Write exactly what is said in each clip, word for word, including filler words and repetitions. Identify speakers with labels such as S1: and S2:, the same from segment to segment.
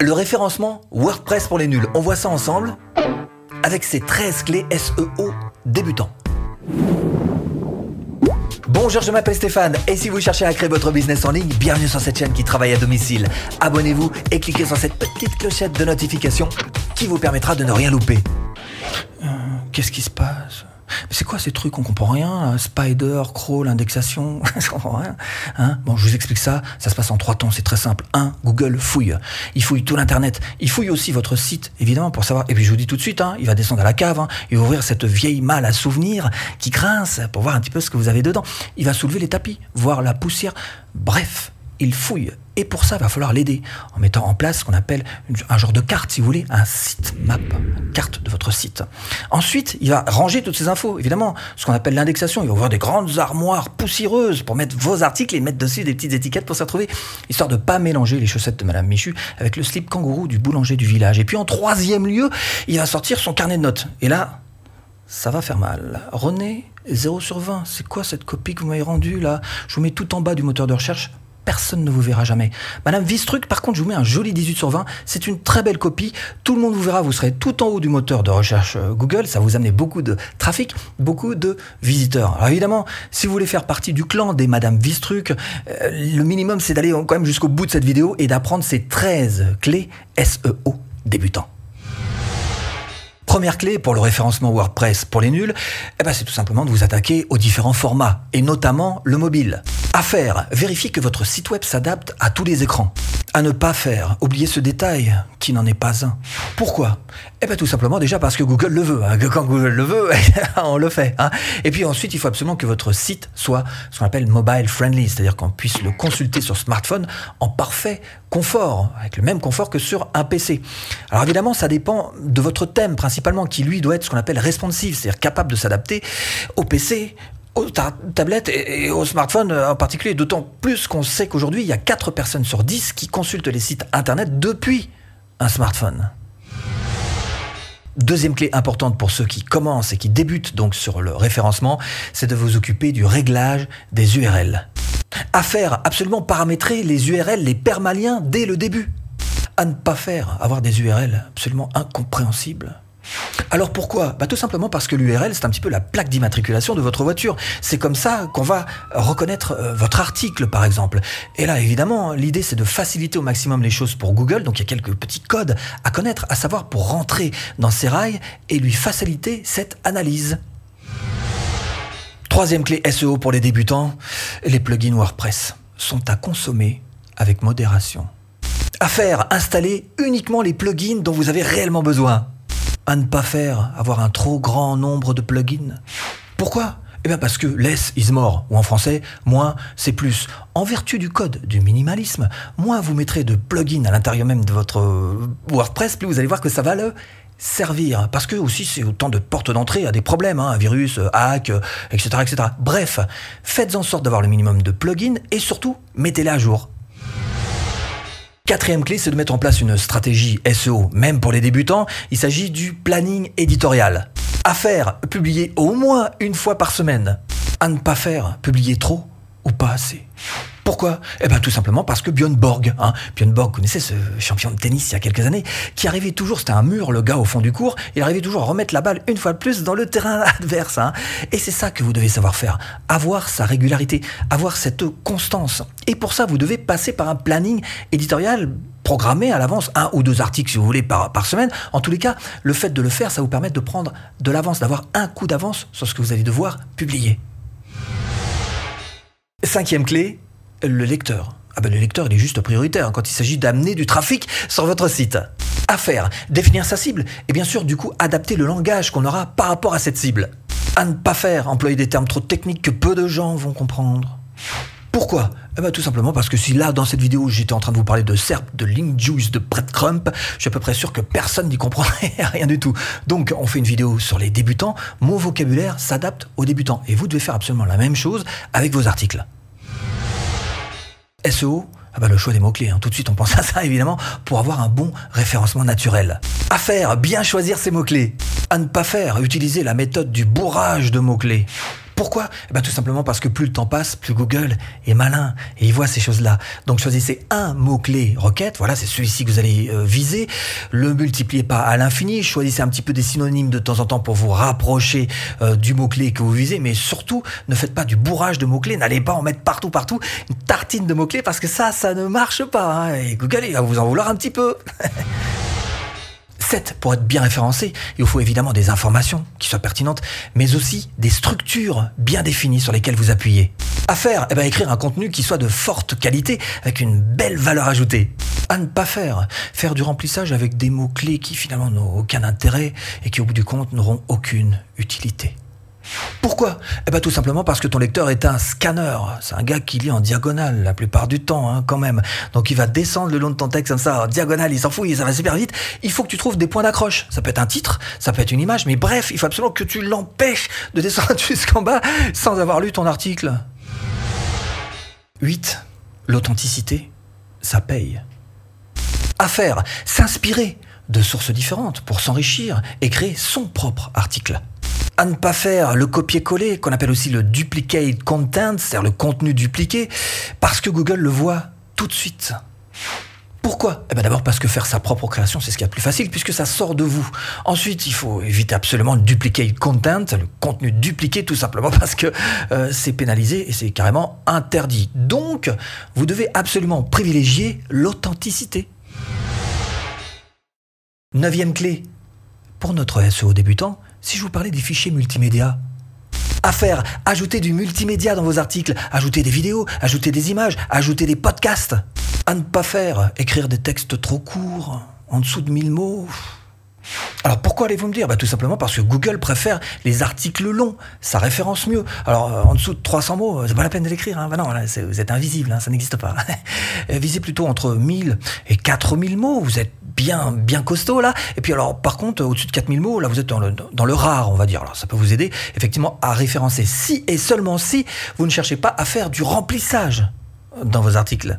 S1: Le référencement WordPress pour les nuls. On voit ça ensemble avec ces treize clés S E O débutants. Bonjour, je m'appelle Stéphane et si vous cherchez à créer votre business en ligne, bienvenue sur cette chaîne qui travaille à domicile. Abonnez-vous et cliquez sur cette petite clochette de notification qui vous permettra de ne rien louper. Euh, qu'est-ce qui se passe ? Mais c'est quoi ces trucs? On comprend rien. Spider, crawl, indexation, je comprends rien. Hein, bon, je vous explique ça. Ça se passe en trois temps. C'est très simple. Un, Google fouille. Il fouille tout l'internet. Il fouille aussi votre site, évidemment, pour savoir. Et puis je vous dis tout de suite, hein, il va descendre à la cave. Hein, il va ouvrir cette vieille malle à souvenirs qui grince pour voir un petit peu ce que vous avez dedans. Il va soulever les tapis, voir la poussière. Bref, il fouille. Et pour ça, il va falloir l'aider en mettant en place ce qu'on appelle un genre de carte, si vous voulez, un sitemap, une carte de votre site. Ensuite, il va ranger toutes ces infos, évidemment, ce qu'on appelle l'indexation. Il va ouvrir des grandes armoires poussiéreuses pour mettre vos articles et mettre dessus des petites étiquettes pour s'y retrouver, histoire de ne pas mélanger les chaussettes de Madame Michu avec le slip kangourou du boulanger du village. Et puis en troisième lieu, il va sortir son carnet de notes. Et là, ça va faire mal. René, zéro sur vingt. C'est quoi cette copie que vous m'avez rendue là? Je vous mets tout en bas du moteur de recherche. Personne ne vous verra jamais. Madame Vistruc, par contre, je vous mets un joli dix-huit sur vingt. C'est une très belle copie. Tout le monde vous verra. Vous serez tout en haut du moteur de recherche Google. Ça va vous amener beaucoup de trafic, beaucoup de visiteurs. Alors évidemment, si vous voulez faire partie du clan des Madame Vistruc, euh, le minimum, c'est d'aller quand même jusqu'au bout de cette vidéo et d'apprendre ces treize clés S E O débutants. Première clé pour le référencement WordPress pour les nuls, eh ben c'est tout simplement de vous attaquer aux différents formats, et notamment le mobile. À faire, vérifiez que votre site web s'adapte à tous les écrans. À ne pas faire, oubliez ce détail qui n'en est pas un. Pourquoi ? Eh bien tout simplement déjà parce que Google le veut. Hein, que quand Google le veut, on le fait. Hein. Et puis ensuite, il faut absolument que votre site soit ce qu'on appelle mobile friendly, c'est-à-dire qu'on puisse le consulter sur smartphone en parfait confort, avec le même confort que sur un P C. Alors évidemment, ça dépend de votre thème principalement, qui lui doit être ce qu'on appelle responsive, c'est-à-dire capable de s'adapter au P C, aux ta- tablettes et aux smartphones en particulier, d'autant plus qu'on sait qu'aujourd'hui, il y a quatre personnes sur dix qui consultent les sites internet depuis un smartphone. Deuxième clé importante pour ceux qui commencent et qui débutent donc sur le référencement, c'est de vous occuper du réglage des U R L. À faire, absolument paramétrer les U R L, les permaliens dès le début. À ne pas faire, avoir des U R L absolument incompréhensibles. Alors pourquoi ? Bah tout simplement parce que l'U R L, c'est un petit peu la plaque d'immatriculation de votre voiture. C'est comme ça qu'on va reconnaître euh, votre article, par exemple. Et là, évidemment, l'idée, c'est de faciliter au maximum les choses pour Google. Donc, il y a quelques petits codes à connaître, à savoir pour rentrer dans ses rails et lui faciliter cette analyse. Troisième clé S E O pour les débutants, les plugins WordPress sont à consommer avec modération. À faire, installer uniquement les plugins dont vous avez réellement besoin. À ne pas faire, avoir un trop grand nombre de plugins. Pourquoi ? Eh bien parce que less is more, ou en français, moins c'est plus. En vertu du code du minimalisme, moins vous mettrez de plugins à l'intérieur même de votre WordPress, plus vous allez voir que ça va le servir. Parce que aussi c'est autant de portes d'entrée à des problèmes, hein, virus, hack, et cetera, et cetera. Bref, faites en sorte d'avoir le minimum de plugins et surtout, mettez-les à jour. Quatrième clé, c'est de mettre en place une stratégie S E O, même pour les débutants. Il s'agit du planning éditorial. À faire, publier au moins une fois par semaine. À ne pas faire, publier trop ou pas assez. Pourquoi ? Eh bien tout simplement parce que Björn Borg, hein, Björn Borg, connaissez ce champion de tennis il y a quelques années, qui arrivait toujours, c'était un mur le gars au fond du court, il arrivait toujours à remettre la balle une fois de plus dans le terrain adverse. Hein. Et c'est ça que vous devez savoir faire, avoir sa régularité, avoir cette constance. Et pour ça, vous devez passer par un planning éditorial programmé à l'avance, un ou deux articles si vous voulez par, par semaine. En tous les cas, le fait de le faire, ça vous permet de prendre de l'avance, d'avoir un coup d'avance sur ce que vous allez devoir publier. Cinquième clé, le lecteur. Ah ben le lecteur, il est juste prioritaire hein, quand il s'agit d'amener du trafic sur votre site. À faire, définir sa cible et bien sûr du coup adapter le langage qu'on aura par rapport à cette cible. À ne pas faire, employer des termes trop techniques que peu de gens vont comprendre. Pourquoi ? Eh ben, tout simplement parce que si là, dans cette vidéo, j'étais en train de vous parler de S E R P, de link juice, de breadcrumb, je suis à peu près sûr que personne n'y comprendrait rien du tout. Donc, on fait une vidéo sur les débutants. Mon vocabulaire s'adapte aux débutants. Et vous devez faire absolument la même chose avec vos articles. S E O, ah ben le choix des mots-clés. Hein. Tout de suite, on pense à ça, évidemment, pour avoir un bon référencement naturel. À faire, bien choisir ses mots-clés. À ne pas faire, utiliser la méthode du bourrage de mots-clés. Pourquoi ? Eh ben, tout simplement parce que plus le temps passe, plus Google est malin et il voit ces choses-là. Donc choisissez un mot-clé requête, voilà, c'est celui-ci que vous allez euh, viser. Le multipliez pas à l'infini, choisissez un petit peu des synonymes de temps en temps pour vous rapprocher euh, du mot-clé que vous visez, mais surtout, ne faites pas du bourrage de mots-clés, n'allez pas en mettre partout, partout, une tartine de mots-clés, parce que ça, ça ne marche pas. Hein, et Google, il va vous en vouloir un petit peu. sept. Pour être bien référencé, il vous faut évidemment des informations qui soient pertinentes, mais aussi des structures bien définies sur lesquelles vous appuyez. À faire, eh ben, écrire un contenu qui soit de forte qualité, avec une belle valeur ajoutée. À ne pas faire, faire du remplissage avec des mots-clés qui finalement n'ont aucun intérêt et qui au bout du compte n'auront aucune utilité. Pourquoi ? Eh ben tout simplement parce que ton lecteur est un scanner. C'est un gars qui lit en diagonale la plupart du temps, hein, quand même. Donc il va descendre le long de ton texte comme ça, en diagonale, il s'en fout, ça va super vite. Il faut que tu trouves des points d'accroche. Ça peut être un titre, ça peut être une image, mais bref, il faut absolument que tu l'empêches de descendre jusqu'en bas sans avoir lu ton article. huit. L'authenticité, ça paye. À faire, s'inspirer de sources différentes pour s'enrichir et créer son propre article. À ne pas faire le copier-coller, qu'on appelle aussi le duplicate content, c'est-à-dire le contenu dupliqué, parce que Google le voit tout de suite. Pourquoi ? Eh ben d'abord parce que faire sa propre création, c'est ce qu'il y a de plus facile, puisque ça sort de vous. Ensuite, il faut éviter absolument le duplicate content, le contenu dupliqué, tout simplement parce que euh, c'est pénalisé et c'est carrément interdit. Donc, vous devez absolument privilégier l'authenticité. Neuvième clé, pour notre S E O débutant, si je vous parlais des fichiers multimédia. À faire, ajouter du multimédia dans vos articles, ajouter des vidéos, ajouter des images, ajouter des podcasts. À ne pas faire, écrire des textes trop courts, en dessous de mille mots. Alors pourquoi allez-vous me dire ? Bah, tout simplement parce que Google préfère les articles longs, ça référence mieux. Alors euh, en dessous de trois cents mots, c'est pas la peine de l'écrire. Hein. Bah non, là, c'est, vous êtes invisible, hein, ça n'existe pas. Visez plutôt entre mille et quatre mille mots, vous êtes bien bien costaud là. Et puis alors par contre, au-dessus de quatre mille mots, là vous êtes dans le, dans le rare, on va dire. Alors ça peut vous aider effectivement à référencer si et seulement si vous ne cherchez pas à faire du remplissage dans vos articles.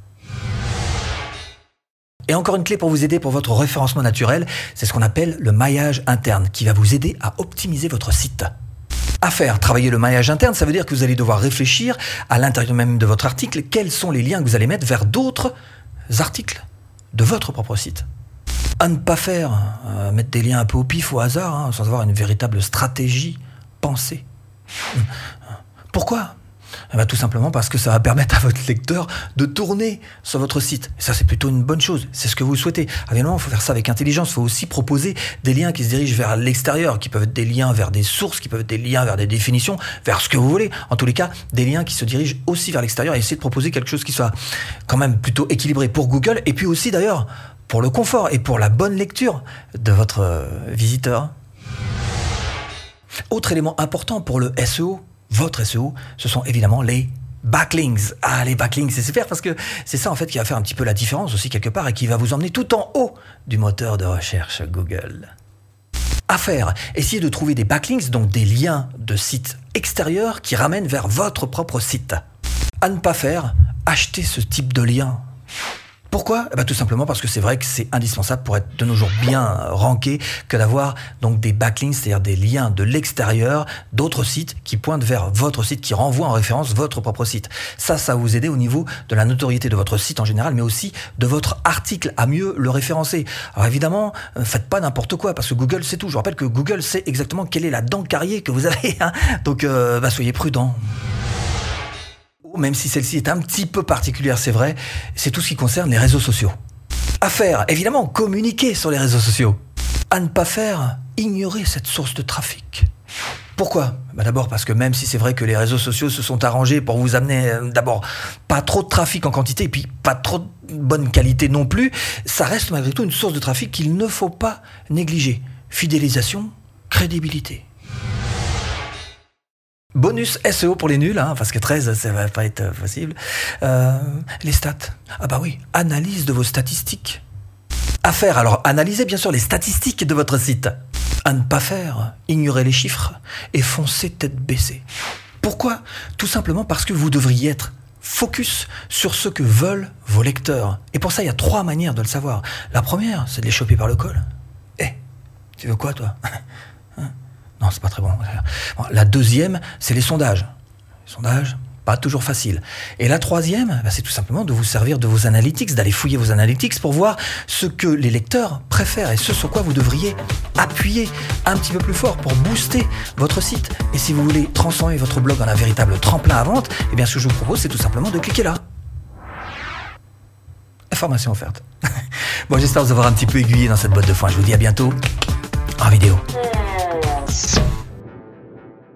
S1: Et encore une clé pour vous aider pour votre référencement naturel, c'est ce qu'on appelle le maillage interne, qui va vous aider à optimiser votre site. À faire, travailler le maillage interne, ça veut dire que vous allez devoir réfléchir à l'intérieur même de votre article, quels sont les liens que vous allez mettre vers d'autres articles de votre propre site. À ne pas faire, euh, mettre des liens un peu au pif, au hasard, hein, sans avoir une véritable stratégie pensée. Pourquoi ? Eh bien, tout simplement parce que ça va permettre à votre lecteur de tourner sur votre site. Et ça, c'est plutôt une bonne chose. C'est ce que vous souhaitez. Évidemment, il faut faire ça avec intelligence. Il faut aussi proposer des liens qui se dirigent vers l'extérieur, qui peuvent être des liens vers des sources, qui peuvent être des liens vers des définitions, vers ce que vous voulez. En tous les cas, des liens qui se dirigent aussi vers l'extérieur et essayer de proposer quelque chose qui soit quand même plutôt équilibré pour Google et puis aussi d'ailleurs pour le confort et pour la bonne lecture de votre euh, visiteur. Autre élément important pour le S E O, votre S E O, ce sont évidemment les backlinks. Ah, les backlinks, c'est super parce que c'est ça en fait qui va faire un petit peu la différence aussi quelque part et qui va vous emmener tout en haut du moteur de recherche Google. À faire, essayez de trouver des backlinks, donc des liens de sites extérieurs qui ramènent vers votre propre site. À ne pas faire, achetez ce type de lien. Pourquoi ? Eh bien, tout simplement parce que c'est vrai que c'est indispensable pour être de nos jours bien ranké que d'avoir donc des backlinks, c'est-à-dire des liens de l'extérieur d'autres sites qui pointent vers votre site, qui renvoient en référence votre propre site. Ça, ça va vous aider au niveau de la notoriété de votre site en général, mais aussi de votre article à mieux le référencer. Alors évidemment, faites pas n'importe quoi parce que Google sait tout. Je vous rappelle que Google sait exactement quelle est la dent carriée que vous avez. Hein. Donc, euh, bah, soyez prudents. Même si celle-ci est un petit peu particulière, c'est vrai, c'est tout ce qui concerne les réseaux sociaux. À faire, évidemment, communiquer sur les réseaux sociaux. À ne pas faire, ignorer cette source de trafic. Pourquoi ? Ben d'abord parce que même si c'est vrai que les réseaux sociaux se sont arrangés pour vous amener euh, d'abord pas trop de trafic en quantité et puis pas trop de bonne qualité non plus, ça reste malgré tout une source de trafic qu'il ne faut pas négliger. Fidélisation, crédibilité. Bonus S E O pour les nuls, hein, parce que treize, ça va pas être possible. Euh, les stats. Ah bah oui, analyse de vos statistiques. À faire, alors analysez bien sûr les statistiques de votre site. À ne pas faire, ignorez les chiffres et foncez tête baissée. Pourquoi ? Tout simplement parce que vous devriez être focus sur ce que veulent vos lecteurs. Et pour ça, il y a trois manières de le savoir. La première, c'est de les choper par le col. Eh, tu veux quoi toi ? Non, c'est pas très bon. Bon, la deuxième, c'est les sondages. Les sondages, pas toujours facile. Et la troisième, bah, c'est tout simplement de vous servir de vos analytics, d'aller fouiller vos analytics pour voir ce que les lecteurs préfèrent et ce sur quoi vous devriez appuyer un petit peu plus fort pour booster votre site. Et si vous voulez transformer votre blog en un véritable tremplin à vente, eh bien, ce que je vous propose, c'est tout simplement de cliquer là. Information offerte. Bon, j'espère vous avoir un petit peu aiguillé dans cette boîte de foin. Je vous dis à bientôt en vidéo.